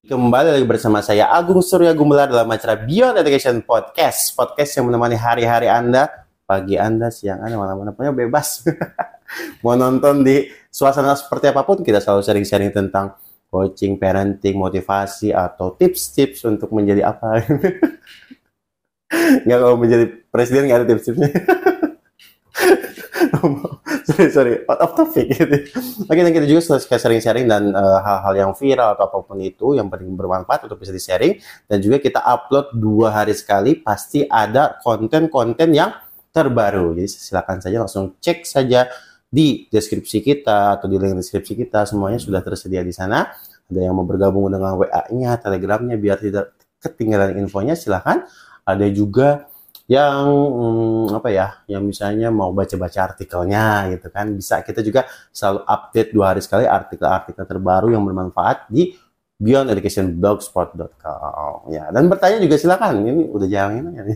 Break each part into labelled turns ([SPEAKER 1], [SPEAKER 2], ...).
[SPEAKER 1] Kembali lagi bersama saya Agung Surya Gumelar dalam acara Beyond Education Podcast. Podcast yang menemani hari-hari Anda, pagi Anda, siang Anda, malam Anda, pokoknya bebas. Mau nonton di suasana seperti apapun, kita selalu sharing-sharing tentang coaching, parenting, motivasi, atau tips-tips untuk menjadi apa. Nggak, kalau menjadi presiden nggak ada tips-tipsnya. sorry, out of topic gitu. Oke, dan kita juga sharing-sharing dan hal-hal yang viral atau apapun itu yang paling bermanfaat untuk bisa di-sharing, dan juga kita upload 2 hari sekali, pasti ada konten-konten yang terbaru. Jadi silakan saja langsung cek saja di deskripsi kita atau di link deskripsi kita, semuanya sudah tersedia di sana. Ada yang mau bergabung dengan WA-nya, Telegram-nya biar tidak ketinggalan infonya, silakan. Ada juga yang yang misalnya mau baca-baca artikelnya gitu kan, bisa. Kita juga selalu update 2 hari sekali artikel-artikel terbaru yang bermanfaat di beyondeducationblogspot.com ya. Dan bertanya juga silakan, ini udah jangan ya.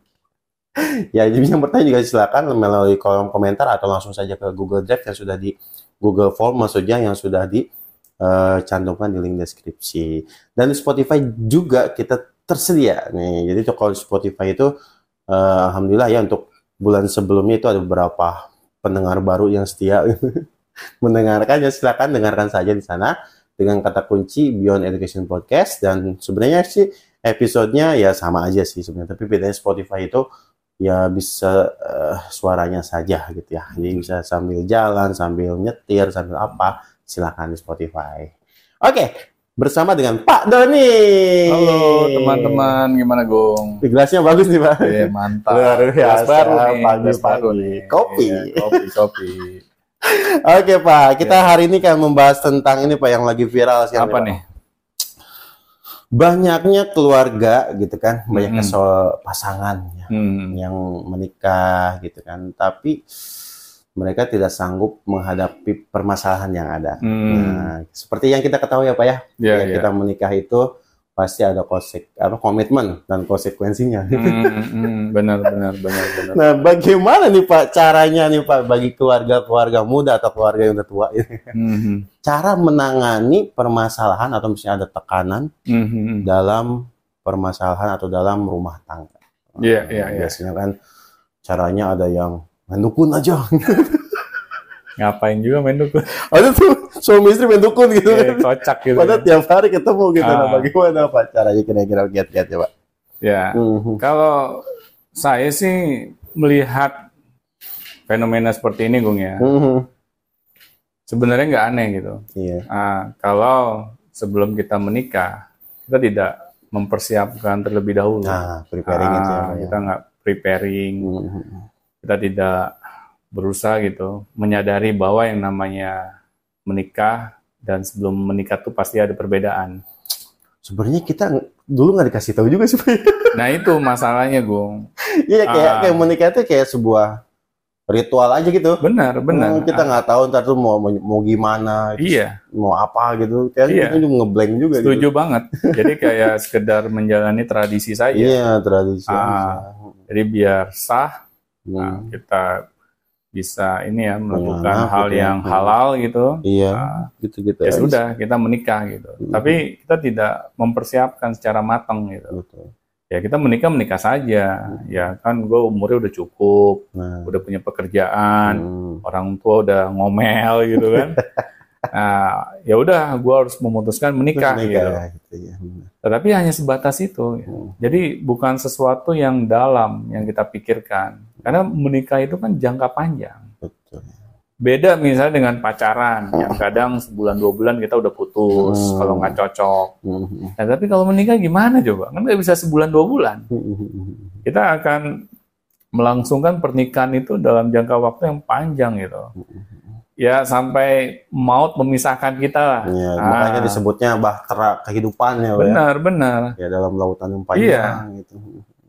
[SPEAKER 1] Ya, jadi yang bertanya juga silakan melalui kolom komentar atau langsung saja ke Google Drive yang sudah di Google Form, maksudnya yang sudah dicantumkan di link deskripsi. Dan di Spotify juga kita tersedia nih. Jadi kalau di Spotify itu alhamdulillah ya, untuk bulan sebelumnya itu ada beberapa pendengar baru yang setia mendengarkan. Ya, silakan dengarkan saja di sana dengan kata kunci Beyond Education Podcast. Dan sebenarnya sih episodenya ya sama aja sih sebenarnya, tapi bedanya Spotify itu ya bisa suaranya saja gitu ya. Jadi bisa sambil jalan, sambil nyetir, sambil apa, silakan di Spotify. Oke. Bersama dengan Pak Doni.
[SPEAKER 2] Halo teman-teman, gimana Gong?
[SPEAKER 1] Gelasnya bagus nih Pak.
[SPEAKER 2] Mantap.
[SPEAKER 1] Luar biasa.
[SPEAKER 2] Baru nih,
[SPEAKER 1] Pagi-pagi. Kopi.
[SPEAKER 2] Kopi.
[SPEAKER 1] Oke Pak, kita hari ini kan membahas tentang ini Pak yang lagi viral sekarang.
[SPEAKER 2] Apa nih?
[SPEAKER 1] Banyaknya keluarga gitu kan, banyaknya soal pasangan yang menikah gitu kan, tapi mereka tidak sanggup menghadapi permasalahan yang ada. Nah, seperti yang kita ketahui ya Pak ya, kita menikah itu pasti ada komitmen dan konsekuensinya.
[SPEAKER 2] Benar.
[SPEAKER 1] Nah, bagaimana nih Pak caranya nih Pak bagi keluarga muda atau keluarga yang udah tua ini, cara menangani permasalahan atau misalnya ada tekanan dalam permasalahan atau dalam rumah tangga. Biasanya kan caranya ada yang main dukun aja.
[SPEAKER 2] Ngapain juga main dukun?
[SPEAKER 1] Ada tuh suami istri main dukun gitu.
[SPEAKER 2] Kocak gitu.
[SPEAKER 1] Padahal tiap hari ketemu gitu. Nah, bagaimana Pak caranya kira-kira giat-giat ya Pak?
[SPEAKER 2] Ya, kalau saya sih melihat fenomena seperti ini Gung ya, sebenarnya nggak aneh gitu.
[SPEAKER 1] Iya.
[SPEAKER 2] Kalau sebelum kita menikah, kita tidak mempersiapkan terlebih dahulu.
[SPEAKER 1] Preparing itu ya.
[SPEAKER 2] Kita nggak preparing. Kita tidak berusaha gitu menyadari bahwa yang namanya menikah dan sebelum menikah tuh pasti ada perbedaan.
[SPEAKER 1] Sebenarnya kita dulu nggak dikasih tahu juga sih.
[SPEAKER 2] Nah itu masalahnya Gung.
[SPEAKER 1] Iya, kayak menikah itu kayak sebuah ritual aja gitu.
[SPEAKER 2] Benar.
[SPEAKER 1] Kita nggak tahu ntar tuh mau gimana.
[SPEAKER 2] Iya.
[SPEAKER 1] Mau apa gitu. Kayak kita juga ngeblank juga.
[SPEAKER 2] Setuju
[SPEAKER 1] gitu.
[SPEAKER 2] banget. Jadi kayak sekedar menjalani tradisi saja.
[SPEAKER 1] Iya, tradisi.
[SPEAKER 2] Jadi biar sah. Kita bisa melakukan hal yang halal gitu.
[SPEAKER 1] Iya, gitu-gitu.
[SPEAKER 2] Ya sudah, kita menikah gitu. Tapi kita tidak mempersiapkan secara matang gitu.
[SPEAKER 1] Betul.
[SPEAKER 2] Ya kita menikah saja. Ya kan gue umurnya udah cukup, udah punya pekerjaan, orang tua udah ngomel gitu kan. Ya udah, gue harus memutuskan menikah gitu. Ya. Tetapi hanya sebatas itu. Jadi bukan sesuatu yang dalam yang kita pikirkan. Karena menikah itu kan jangka panjang.
[SPEAKER 1] Betul.
[SPEAKER 2] Beda misalnya dengan pacaran, yang kadang sebulan 2 bulan kita udah putus kalau nggak cocok. Nah, tapi kalau menikah gimana coba? Kan nggak bisa sebulan 2 bulan. Kita akan melangsungkan pernikahan itu dalam jangka waktu yang panjang gitu. Ya sampai maut memisahkan kita lah.
[SPEAKER 1] Ya, makanya disebutnya bahtera kehidupan ya.
[SPEAKER 2] Benar.
[SPEAKER 1] Ya dalam lautan yang panjang gitu.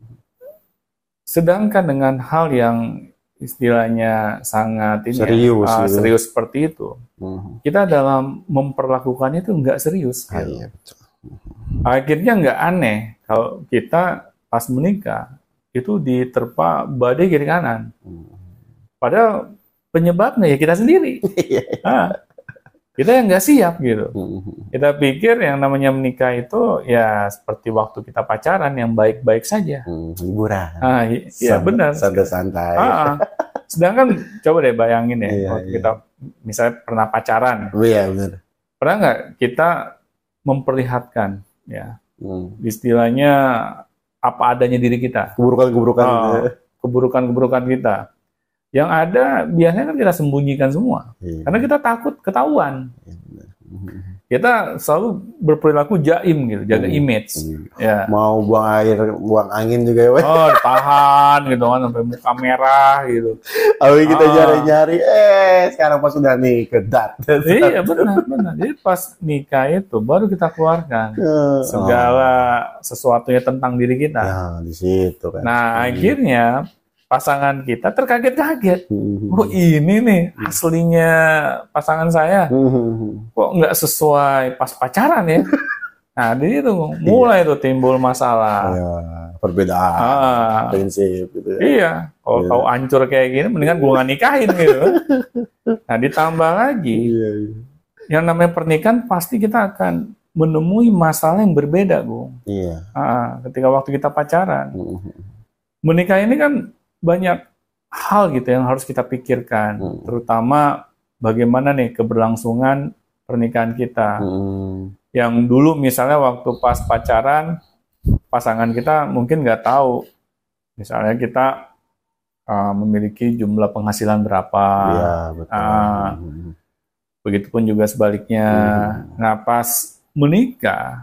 [SPEAKER 2] Sedangkan dengan hal yang istilahnya sangat serius seperti itu, kita dalam memperlakukannya itu nggak serius.
[SPEAKER 1] Iya, betul.
[SPEAKER 2] Akhirnya nggak aneh kalau kita pas menikah itu diterpa badai kiri kanan. Padahal penyebabnya ya kita sendiri. Kita yang nggak siap gitu. Kita pikir yang namanya menikah itu ya seperti waktu kita pacaran yang baik-baik saja.
[SPEAKER 1] Liburan.
[SPEAKER 2] Iya benar.
[SPEAKER 1] Santai-santai.
[SPEAKER 2] Sedangkan coba deh bayangin ya, waktu kita misalnya pernah pacaran.
[SPEAKER 1] Iya benar.
[SPEAKER 2] Pernah nggak kita memperlihatkan ya istilahnya apa adanya diri kita, keburukan kita. Yang ada biasanya kan kita sembunyikan semua, karena kita takut ketahuan. Kita selalu berperilaku jaim gitu, jaga image. Ya.
[SPEAKER 1] Mau buang air, buang angin juga ya,
[SPEAKER 2] tahan gitu kan sampai muka merah gitu.
[SPEAKER 1] Awalnya kita nyari-nyari, sekarang pas udah nih kedat.
[SPEAKER 2] Iya benar. Jadi pas nikah itu baru kita keluarkan segala sesuatunya tentang diri kita.
[SPEAKER 1] Ya, di situ kan.
[SPEAKER 2] Nah, akhirnya pasangan kita terkaget-kaget. Oh ini nih aslinya pasangan saya. Kok nggak sesuai pas pacaran ya? Nah di situ mulai tuh timbul masalah.
[SPEAKER 1] Perbedaan prinsip gitu.
[SPEAKER 2] Iya. Kalau tahu hancur kayak gini, mendingan gue nggak nikahin gitu. Nah ditambah lagi, yang namanya pernikahan pasti kita akan menemui masalah yang berbeda, Bung.
[SPEAKER 1] Iya.
[SPEAKER 2] Ketika waktu kita pacaran, menikah ini kan banyak hal gitu yang harus kita pikirkan, terutama bagaimana nih keberlangsungan pernikahan kita. Yang dulu misalnya waktu pas pacaran, pasangan kita mungkin nggak tahu, misalnya kita memiliki jumlah penghasilan berapa.
[SPEAKER 1] Iya, betul.
[SPEAKER 2] Begitupun juga sebaliknya. Nah pas menikah,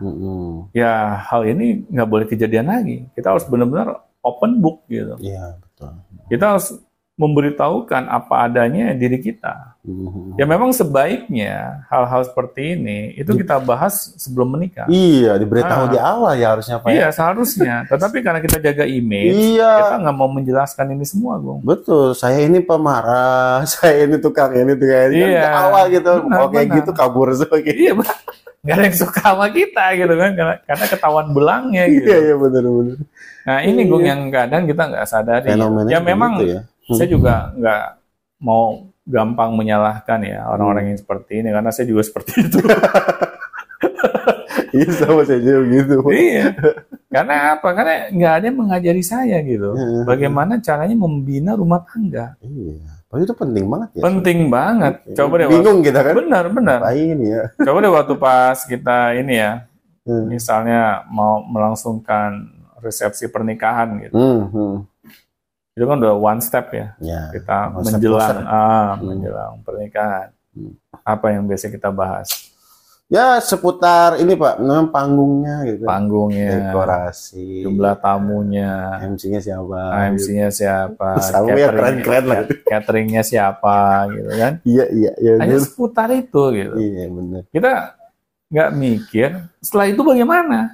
[SPEAKER 2] ya hal ini nggak boleh kejadian lagi. Kita harus benar-benar open book gitu.
[SPEAKER 1] Iya, betul.
[SPEAKER 2] Kita harus memberitahukan apa adanya diri kita. Ya memang sebaiknya hal-hal seperti ini itu kita bahas sebelum menikah.
[SPEAKER 1] Iya, diberitahu di awal ya harusnya Pak.
[SPEAKER 2] Iya, seharusnya. Tetapi karena kita jaga image, kita nggak mau menjelaskan ini semua, Bung.
[SPEAKER 1] Betul, saya ini pemarah, saya ini tukang ini. Di awal gitu, gitu kabur semua gitu.
[SPEAKER 2] Iya, nggak ada yang suka sama kita gitu kan, karena ketahuan belangnya gitu.
[SPEAKER 1] Iya, benar-benar.
[SPEAKER 2] Nah ini Bung yang kadang kita nggak sadari. Ya memang gitu ya. Saya juga nggak mau gampang menyalahkan ya orang-orang yang seperti ini, karena saya juga seperti itu.
[SPEAKER 1] Iya sama saya juga gitu.
[SPEAKER 2] Iya. Karena apa? Karena nggak ada yang mengajari saya gitu. Bagaimana caranya membina rumah tangga.
[SPEAKER 1] Iya. Itu penting banget ya.
[SPEAKER 2] Penting banget. Coba deh.
[SPEAKER 1] Bingung kita kan.
[SPEAKER 2] Benar.
[SPEAKER 1] Ini ya.
[SPEAKER 2] Coba deh waktu pas kita ini ya, misalnya mau melangsungkan resepsi pernikahan gitu. Itu kan udah one step ya. Kita menjelang pernikahan. Apa yang biasa kita bahas?
[SPEAKER 1] Ya seputar ini Pak, namanya panggungnya gitu.
[SPEAKER 2] Panggungnya,
[SPEAKER 1] dekorasi,
[SPEAKER 2] jumlah tamunya,
[SPEAKER 1] MC-nya siapa?
[SPEAKER 2] MC-nya siapa?
[SPEAKER 1] Sampai keren-keren lah.
[SPEAKER 2] Cateringnya siapa gitu kan?
[SPEAKER 1] Iya.
[SPEAKER 2] Hanya seputar itu gitu.
[SPEAKER 1] Iya benar.
[SPEAKER 2] Kita nggak mikir setelah itu bagaimana?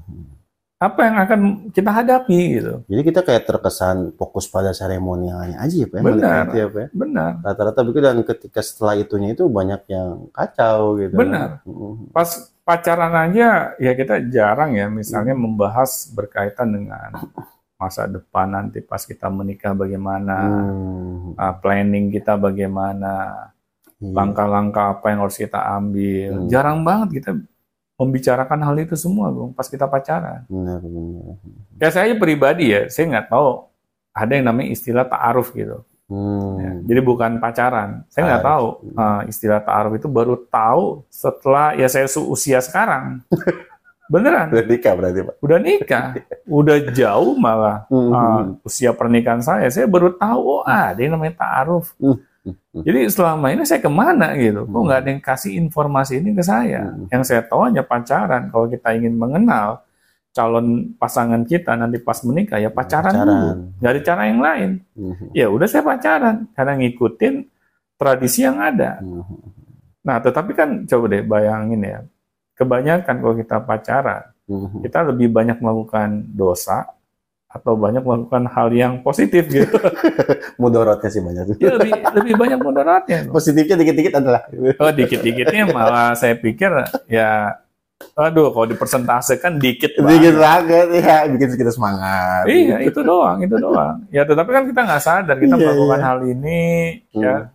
[SPEAKER 2] Apa yang akan kita hadapi gitu.
[SPEAKER 1] Jadi kita kayak terkesan fokus pada seremonialnya aja ya Pak.
[SPEAKER 2] Benar.
[SPEAKER 1] Rata-rata begitu, dan ketika setelah itunya itu banyak yang kacau gitu.
[SPEAKER 2] Benar. Pas pacaran aja ya kita jarang ya misalnya membahas berkaitan dengan masa depan nanti pas kita menikah bagaimana, planning kita bagaimana, langkah-langkah apa yang harus kita ambil. Jarang banget kita membicarakan hal itu semua, Bung, pas kita pacaran.
[SPEAKER 1] Benar.
[SPEAKER 2] Ya saya pribadi ya, saya nggak tahu ada yang namanya istilah ta'aruf gitu. Ya, jadi bukan pacaran. Saya nggak tahu istilah ta'aruf itu, baru tahu setelah ya saya usia sekarang. Beneran.
[SPEAKER 1] Udah nikah berarti Pak?
[SPEAKER 2] Udah nikah. Udah jauh malah usia pernikahan saya baru tahu ada yang namanya ta'aruf. Jadi selama ini saya kemana gitu, kok nggak ada yang kasih informasi ini ke saya. Yang saya tahu hanya pacaran. Kalau kita ingin mengenal calon pasangan kita nanti pas menikah, ya pacaran dulu, nggak ada cara yang lain. Ya udah saya pacaran, karena ngikutin tradisi yang ada. Nah tetapi kan coba deh bayangin ya, kebanyakan kalau kita pacaran, kita lebih banyak melakukan dosa atau banyak melakukan hal yang positif gitu.
[SPEAKER 1] Mudaratnya sih banyak.
[SPEAKER 2] Ya, lebih banyak mudaratnya.
[SPEAKER 1] Positifnya dikit-dikit adalah.
[SPEAKER 2] Oh, dikit-dikitnya malah saya pikir ya, aduh kalau dipersentasekan dikit
[SPEAKER 1] banget ya, bikin kita semangat.
[SPEAKER 2] Iya, itu doang. Ya tetapi kan kita nggak sadar kita melakukan hal ini ya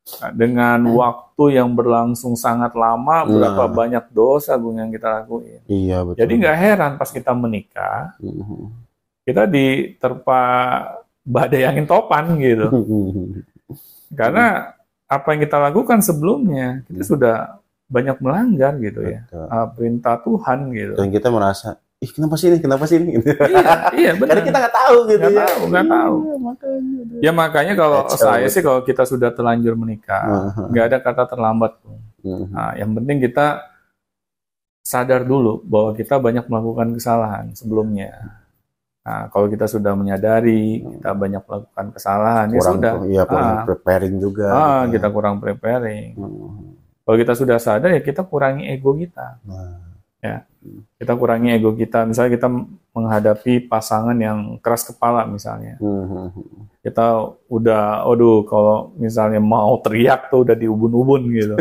[SPEAKER 2] dengan waktu yang berlangsung sangat lama, berapa banyak dosa Bung yang kita lakuin.
[SPEAKER 1] Iya, betul.
[SPEAKER 2] Jadi nggak heran pas kita menikah, kita diterpa badai angin topan gitu. Karena apa yang kita lakukan sebelumnya, kita sudah banyak melanggar gitu ya, perintah Tuhan gitu.
[SPEAKER 1] Dan kita merasa, ih kenapa sih ini?
[SPEAKER 2] Iya benar.
[SPEAKER 1] Karena kita nggak tahu gitu
[SPEAKER 2] nggak tahu. Ya makanya kalau saya sih kalau kita sudah terlanjur menikah, nggak ada kata terlambat. Nah, yang penting kita sadar dulu bahwa kita banyak melakukan kesalahan sebelumnya. Nah, kalau kita sudah menyadari kita banyak melakukan kesalahan, ya sudah.
[SPEAKER 1] Iya, kurang preparing juga. Gitu.
[SPEAKER 2] Kita kurang preparing. Kalau kita sudah sadar, ya kita kurangi ego kita. Ya, kita kurangi ego kita. Misalnya kita menghadapi pasangan yang keras kepala misalnya. Kita udah, kalau misalnya mau teriak tuh udah diubun-ubun gitu.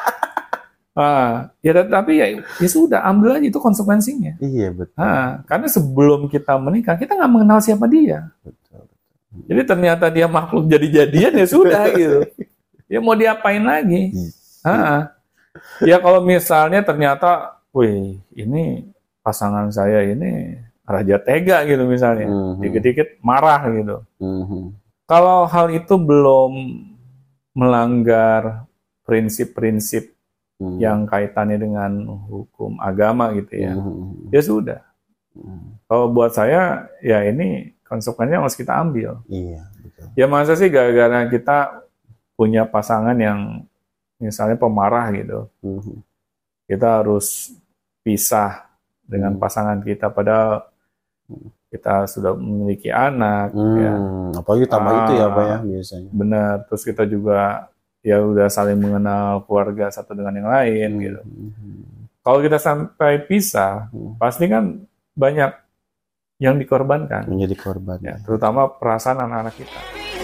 [SPEAKER 2] Ya tapi ya sudah, ambil aja itu konsekuensinya.
[SPEAKER 1] Iya betul.
[SPEAKER 2] Karena sebelum kita menikah, kita nggak mengenal siapa dia.
[SPEAKER 1] Betul.
[SPEAKER 2] Jadi ternyata dia makhluk jadi-jadian ya sudah gitu. Ya mau diapain lagi? Ya kalau misalnya ternyata wih, ini pasangan saya ini raja tega gitu misalnya, dikit-dikit marah gitu. Kalau hal itu belum melanggar prinsip-prinsip yang kaitannya dengan hukum agama gitu ya, ya sudah. Kalau buat saya, ya ini konsekuensinya harus kita ambil.
[SPEAKER 1] Iya, betul.
[SPEAKER 2] Ya masa sih gara-gara kita punya pasangan yang misalnya pemarah gitu, kita harus pisah dengan pasangan kita, padahal kita sudah memiliki anak. Ya.
[SPEAKER 1] Apalagi tambah itu ya Pak ya biasanya.
[SPEAKER 2] Benar, terus kita juga ya udah saling mengenal keluarga satu dengan yang lain gitu. Kalau kita sampai pisah, pasti kan banyak yang dikorbankan.
[SPEAKER 1] Menjadi korban.
[SPEAKER 2] Ya, terutama perasaan anak-anak kita.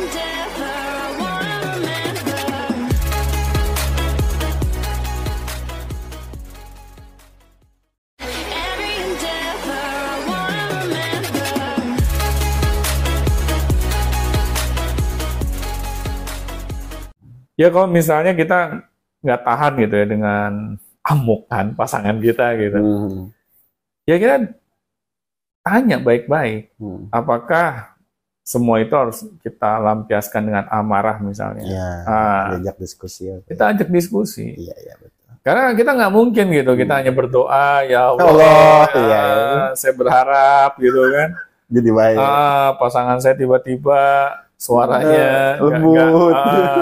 [SPEAKER 2] Ya kalau misalnya kita nggak tahan gitu ya dengan amukan pasangan kita gitu, ya kita tanya baik-baik, apakah semua itu harus kita lampiaskan dengan amarah misalnya?
[SPEAKER 1] Ya, ajak diskusi.
[SPEAKER 2] Kita ajak diskusi.
[SPEAKER 1] Iya betul.
[SPEAKER 2] Karena kita nggak mungkin gitu, kita hanya berdoa, ya Allah, saya berharap gitu kan.
[SPEAKER 1] Jadi baik.
[SPEAKER 2] Pasangan saya tiba-tiba suaranya
[SPEAKER 1] lembut.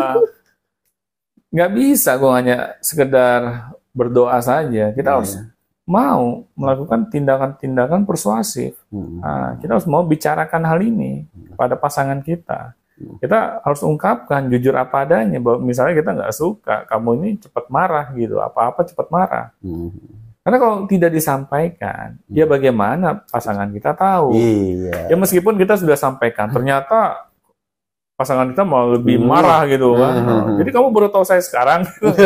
[SPEAKER 2] Nggak bisa gue hanya sekedar berdoa saja. Kita harus mau melakukan tindakan-tindakan persuasif. Kita harus mau bicarakan hal ini pada pasangan kita. Kita harus ungkapkan jujur apa adanya, bahwa misalnya kita nggak suka kamu ini cepat marah gitu, apa-apa cepat marah. Karena kalau tidak disampaikan, ya bagaimana pasangan kita tahu? Ya meskipun kita sudah sampaikan, ternyata pasangan kita mau lebih marah gitu kan. Jadi kamu baru tahu saya sekarang.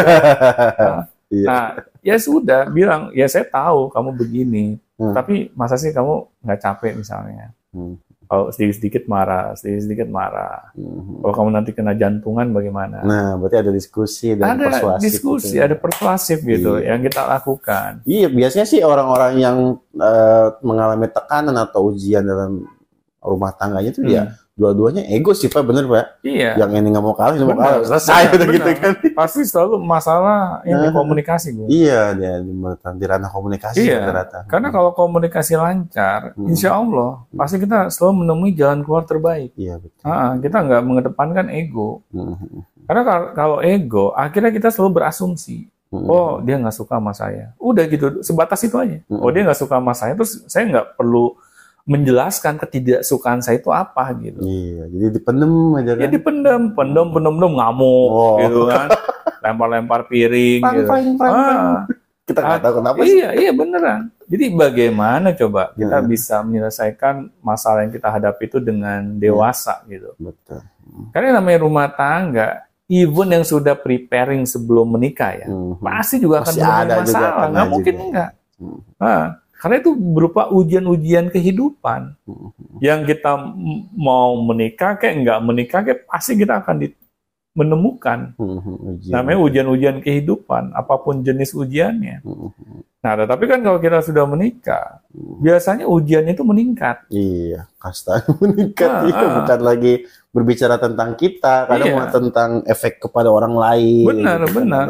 [SPEAKER 2] Nah, ya sudah bilang, ya saya tahu kamu begini, tapi masa sih kamu nggak capek misalnya? Kalau sedikit-sedikit marah. Kalau kamu nanti kena jantungan bagaimana?
[SPEAKER 1] Nah, berarti ada diskusi dan persuasif.
[SPEAKER 2] Ada diskusi, ada persuasif gitu yang kita lakukan.
[SPEAKER 1] Iya, biasanya sih orang-orang yang mengalami tekanan atau ujian dalam rumah tangganya itu ya dua-duanya ego sih Pak, bener Pak?
[SPEAKER 2] Iya.
[SPEAKER 1] Yang ini nggak mau kalah, mau kalah, selesai udah gitu kan?
[SPEAKER 2] Pasti selalu masalah ini komunikasi Bu.
[SPEAKER 1] Iya, dia di ranah komunikasi rata-rata.
[SPEAKER 2] Karena kalau komunikasi lancar, insya Allah pasti kita selalu menemui jalan keluar terbaik.
[SPEAKER 1] Iya betul.
[SPEAKER 2] Kita nggak mengedepankan ego. Karena kalau ego, akhirnya kita selalu berasumsi. Oh dia nggak suka sama saya. Udah gitu, sebatas itu aja. Oh dia nggak suka sama saya, terus saya nggak perlu menjelaskan ketidaksukaan saya itu apa gitu.
[SPEAKER 1] Iya, jadi dipendem aja kan.
[SPEAKER 2] Ya dipendem ngamuk gitu kan. Lempar-lempar piring gitu.
[SPEAKER 1] Kita nggak tahu kenapa
[SPEAKER 2] sih. Iya beneran. Jadi bagaimana coba kita bisa menyelesaikan masalah yang kita hadapi itu dengan dewasa gitu.
[SPEAKER 1] Betul.
[SPEAKER 2] Karena namanya rumah tangga, even yang sudah preparing sebelum menikah ya, pasti juga akan ada masalah. Nggak mungkin enggak. Karena itu berupa ujian-ujian kehidupan. Yang kita mau menikah kayak nggak menikah kayak pasti kita akan menemukan. Namanya ujian-ujian kehidupan, apapun jenis ujiannya. Nah, tetapi kan kalau kita sudah menikah, biasanya ujiannya itu meningkat.
[SPEAKER 1] Iya, kasta meningkat. Bukan lagi berbicara tentang kita, kadang malah tentang efek kepada orang lain.
[SPEAKER 2] Benar.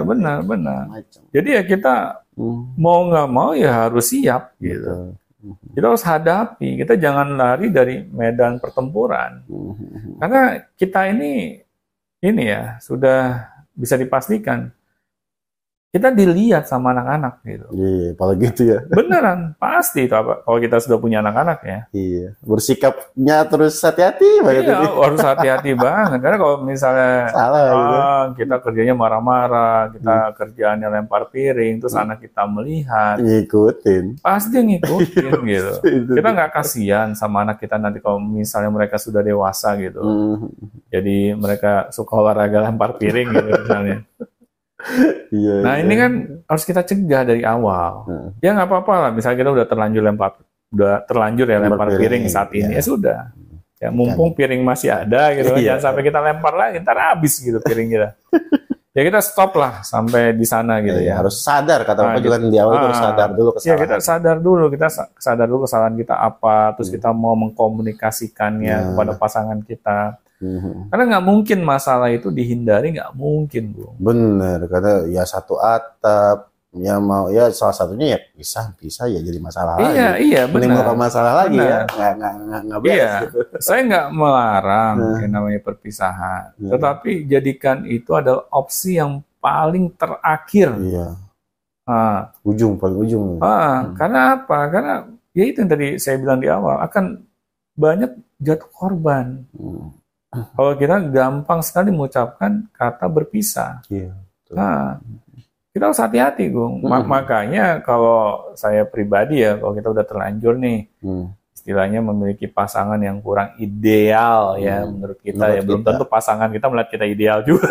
[SPEAKER 2] Jadi ya kita mau nggak mau ya harus siap gitu. Kita harus hadapi, kita jangan lari dari medan pertempuran. Karena kita ini ya sudah bisa dipastikan kita dilihat sama anak-anak gitu.
[SPEAKER 1] Iya, apalagi itu ya.
[SPEAKER 2] Beneran, pasti itu apa? Kalau kita sudah punya anak-anak ya.
[SPEAKER 1] Iya, bersikapnya terus hati-hati banget.
[SPEAKER 2] Iya, harus hati-hati banget. Karena kalau misalnya
[SPEAKER 1] salah, gitu.
[SPEAKER 2] Kita kerjanya marah-marah, kita kerjaannya lempar piring, terus anak kita melihat,
[SPEAKER 1] ngikutin.
[SPEAKER 2] Pasti ngikutin gitu. Kita nggak kasihan sama anak kita nanti kalau misalnya mereka sudah dewasa gitu. Jadi mereka suka olahraga lempar piring gitu misalnya. Nah ini kan harus kita cegah dari awal. Ya nggak apa-apa lah. Misalnya kita udah terlanjur ya lempar piring saat ini ya sudah. Ya mumpung piring masih ada gitu. Jangan sampai kita lempar lagi, ntar habis gitu piring kita. Ya kita stop lah sampai di sana gitu ya.
[SPEAKER 1] Harus sadar kata Bapak juga di awal harus sadar dulu kesalahan.
[SPEAKER 2] Ya kita sadar dulu kesalahan kita apa. Terus kita mau mengkomunikasikannya kepada pasangan kita. Karena nggak mungkin masalah itu dihindari, nggak mungkin, Bu.
[SPEAKER 1] Bener, karena ya satu atap, ya mau ya salah satunya ya bisa ya jadi masalah lagi.
[SPEAKER 2] Iya, benar.
[SPEAKER 1] Menimbulkan masalah lagi ya, nggak beres.
[SPEAKER 2] Iya, saya nggak melarang yang namanya perpisahan, tetapi jadikan itu adalah opsi yang paling terakhir.
[SPEAKER 1] Iya. Paling ujung.
[SPEAKER 2] Karena apa? Karena ya itu yang tadi saya bilang di awal, akan banyak jatuh korban. Kalau kita gampang sekali mengucapkan kata berpisah.
[SPEAKER 1] Iya,
[SPEAKER 2] kita harus hati-hati, Gung. Makanya kalau saya pribadi ya, kalau kita udah terlanjur nih, istilahnya memiliki pasangan yang kurang ideal ya menurut kita ya. Belum tentu pasangan kita melihat kita ideal juga.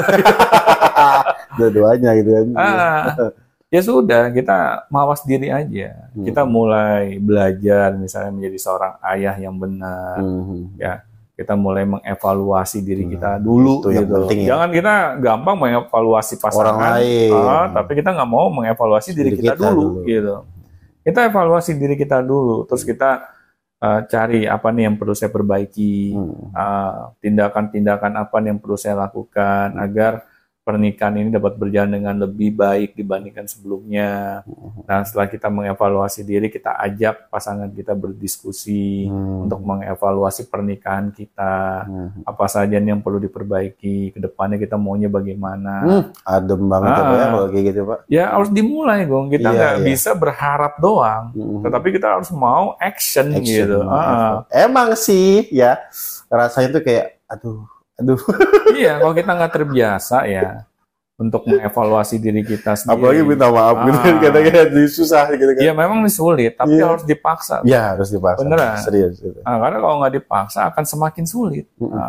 [SPEAKER 1] Dua-duanya gitu kan.
[SPEAKER 2] Ya sudah, kita mawas diri aja. Kita mulai belajar misalnya menjadi seorang ayah yang benar. Ya. Kita mulai mengevaluasi diri kita dulu gitu. Jangan kita gampang mengevaluasi pasangan
[SPEAKER 1] orang lain,
[SPEAKER 2] tapi kita nggak mau mengevaluasi diri kita dulu gitu. Kita evaluasi diri kita dulu, terus kita cari apa nih yang perlu saya perbaiki, tindakan-tindakan apa nih yang perlu saya lakukan agar pernikahan ini dapat berjalan dengan lebih baik dibandingkan sebelumnya. Nah, setelah kita mengevaluasi diri, kita ajak pasangan kita berdiskusi untuk mengevaluasi pernikahan kita. Apa saja yang perlu diperbaiki, ke depannya kita maunya bagaimana.
[SPEAKER 1] Adem banget ya kalau kayak gitu, Pak.
[SPEAKER 2] Ya harus dimulai, Gong. Kita nggak bisa berharap doang, tetapi kita harus mau action gitu.
[SPEAKER 1] Emang sih, ya rasanya tuh kayak, aduh.
[SPEAKER 2] Iya, kalau kita nggak terbiasa ya untuk mengevaluasi diri kita sendiri.
[SPEAKER 1] Apalagi minta maaf gitu kan, kadang-kadang susah gitu kan.
[SPEAKER 2] Iya, memang sulit, tapi harus dipaksa.
[SPEAKER 1] Iya, harus dipaksa.
[SPEAKER 2] Beneran.
[SPEAKER 1] Serius.
[SPEAKER 2] Karena kalau nggak dipaksa akan semakin sulit.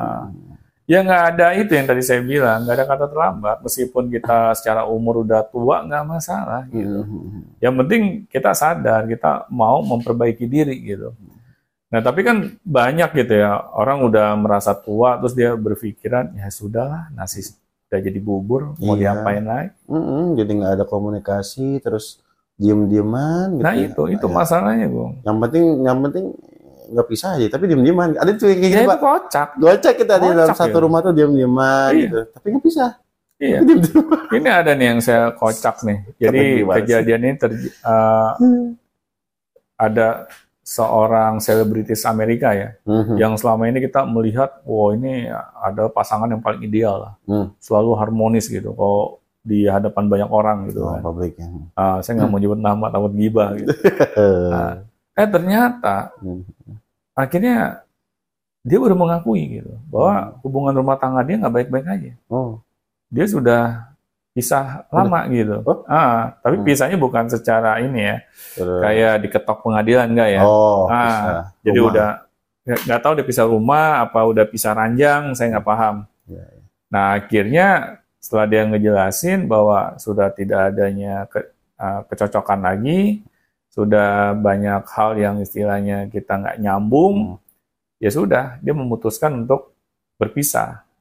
[SPEAKER 2] Ya nggak ada itu yang tadi saya bilang, nggak ada kata terlambat. Meskipun kita secara umur udah tua nggak masalah gitu. Yang penting kita sadar, kita mau memperbaiki diri gitu. Nah, tapi kan banyak gitu ya, orang udah merasa tua, terus dia berpikiran, ya sudahlah, nasi udah jadi bubur, mau diapain lagi?
[SPEAKER 1] Jadi nggak ada komunikasi, terus diem-dieman. Gitu.
[SPEAKER 2] Nah, itu masalahnya, Bung.
[SPEAKER 1] Yang penting nggak pisah aja, tapi diem-dieman. Ada tuh yang kayak gitu, Pak. Kocak kita di dalam satu rumah tuh diem-dieman gitu, tapi nggak pisah.
[SPEAKER 2] Iya. Ini ada nih yang saya kocak nih. Jadi kejadian ini ada seorang selebritis Amerika ya, yang selama ini kita melihat, ini ada pasangan yang paling ideal lah, selalu harmonis gitu, kalau di hadapan banyak orang gitu kan. Saya nggak mau nyebut nama, takut gibah gitu. Ternyata akhirnya dia udah mengakui gitu, bahwa hubungan rumah tangga dia nggak baik-baik aja. Dia sudah pisah lama gitu. Tapi pisahnya bukan secara ini ya, kayak diketok pengadilan enggak ya. Jadi udah nggak tahu dia pisah rumah apa udah pisah ranjang, saya nggak paham. Nah, akhirnya setelah dia ngejelasin bahwa sudah tidak adanya kecocokan lagi, sudah banyak hal yang istilahnya kita nggak nyambung, ya sudah dia memutuskan untuk berpisah.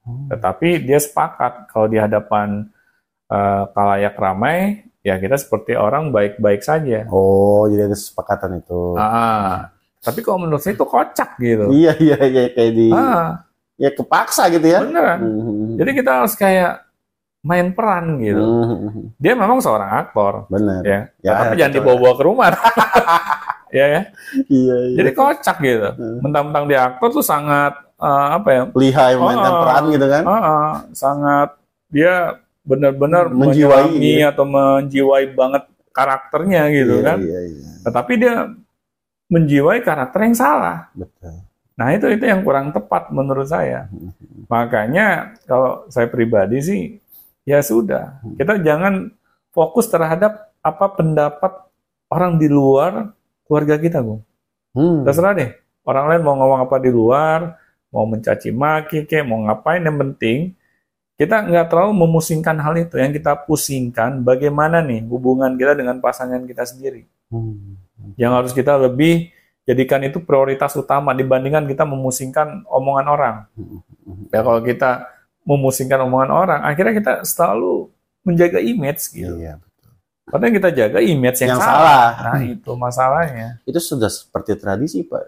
[SPEAKER 2] Tetapi dia sepakat kalau di hadapan khalayak ramai, ya kita seperti orang baik-baik saja.
[SPEAKER 1] Oh, jadi ada kesepakatan itu.
[SPEAKER 2] Tapi kalau menurut saya itu kocak gitu.
[SPEAKER 1] Iya, kayak ya kepaksa gitu ya.
[SPEAKER 2] Beneran. Jadi kita harus kayak main peran gitu. Dia memang seorang aktor.
[SPEAKER 1] Benar.
[SPEAKER 2] Ya. Tapi jangan dibawa-bawa ke rumah. Iya. Jadi kocak gitu. Mentang-mentang dia aktor tuh sangat
[SPEAKER 1] lihai memainkan peran gitu kan.
[SPEAKER 2] Sangat dia benar-benar menjiwai atau menjiwai banget karakternya gitu kan. Tetapi dia menjiwai karakter yang salah.
[SPEAKER 1] Betul.
[SPEAKER 2] Nah itu yang kurang tepat menurut saya. Makanya kalau saya pribadi sih ya sudah, kita jangan fokus terhadap apa pendapat orang di luar keluarga kita, Bung. Terserah deh. Orang lain mau ngomong apa di luar, mau mencaci maki, mau ngapain, yang penting kita nggak terlalu memusingkan hal itu. Yang kita pusingkan bagaimana nih hubungan kita dengan pasangan kita sendiri. Yang harus kita lebih jadikan itu prioritas utama dibandingkan kita memusingkan omongan orang. Ya kalau kita memusingkan omongan orang, akhirnya kita selalu menjaga image gitu. Iya, betul. Padahal kita jaga image yang salah. Nah itu masalahnya.
[SPEAKER 1] Itu sudah seperti tradisi, Pak.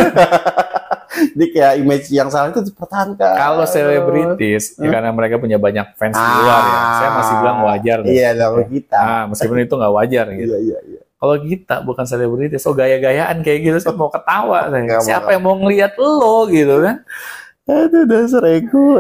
[SPEAKER 1] Jadi kayak image yang salah itu dipertahankan.
[SPEAKER 2] Kalau selebritis, ya karena mereka punya banyak fans di luar ya, saya masih bilang wajar.
[SPEAKER 1] Iya, kalau kita.
[SPEAKER 2] Meskipun itu nggak wajar gitu.
[SPEAKER 1] Iya.
[SPEAKER 2] Kalau kita bukan selebritis, gaya-gayaan kayak gitu, saya mau ketawa. Siapa yang mau ngelihat lo gitu kan?
[SPEAKER 1] Itu dasar ego.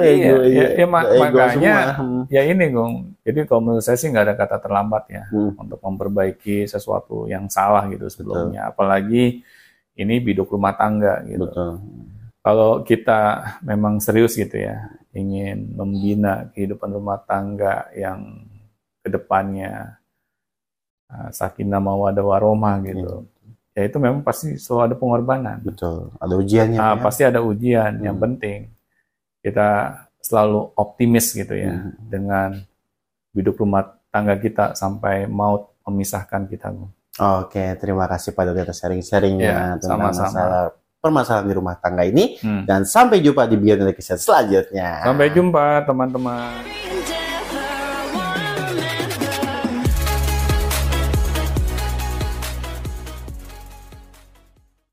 [SPEAKER 2] Makanya ya ini, Gong. Jadi kalau menurut saya sih nggak ada kata terlambat ya untuk memperbaiki sesuatu yang salah gitu sebelumnya. Betul. Apalagi ini biduk rumah tangga gitu. Betul. Kalau kita memang serius gitu ya, ingin membina kehidupan rumah tangga yang kedepannya sakinah mawaddah warahmah gitu. Ya itu memang pasti selalu ada pengorbanan.
[SPEAKER 1] Betul. Ada ujiannya.
[SPEAKER 2] Pasti ada ujian. Yang penting kita selalu optimis gitu ya dengan hidup rumah tangga kita sampai maut memisahkan kita.
[SPEAKER 1] Oke, terima kasih Pak Dodi atas sharing-sharingnya tentang masalah permasalahan di rumah tangga ini. Dan sampai jumpa di Beyond Education selanjutnya.
[SPEAKER 2] Sampai jumpa teman-teman.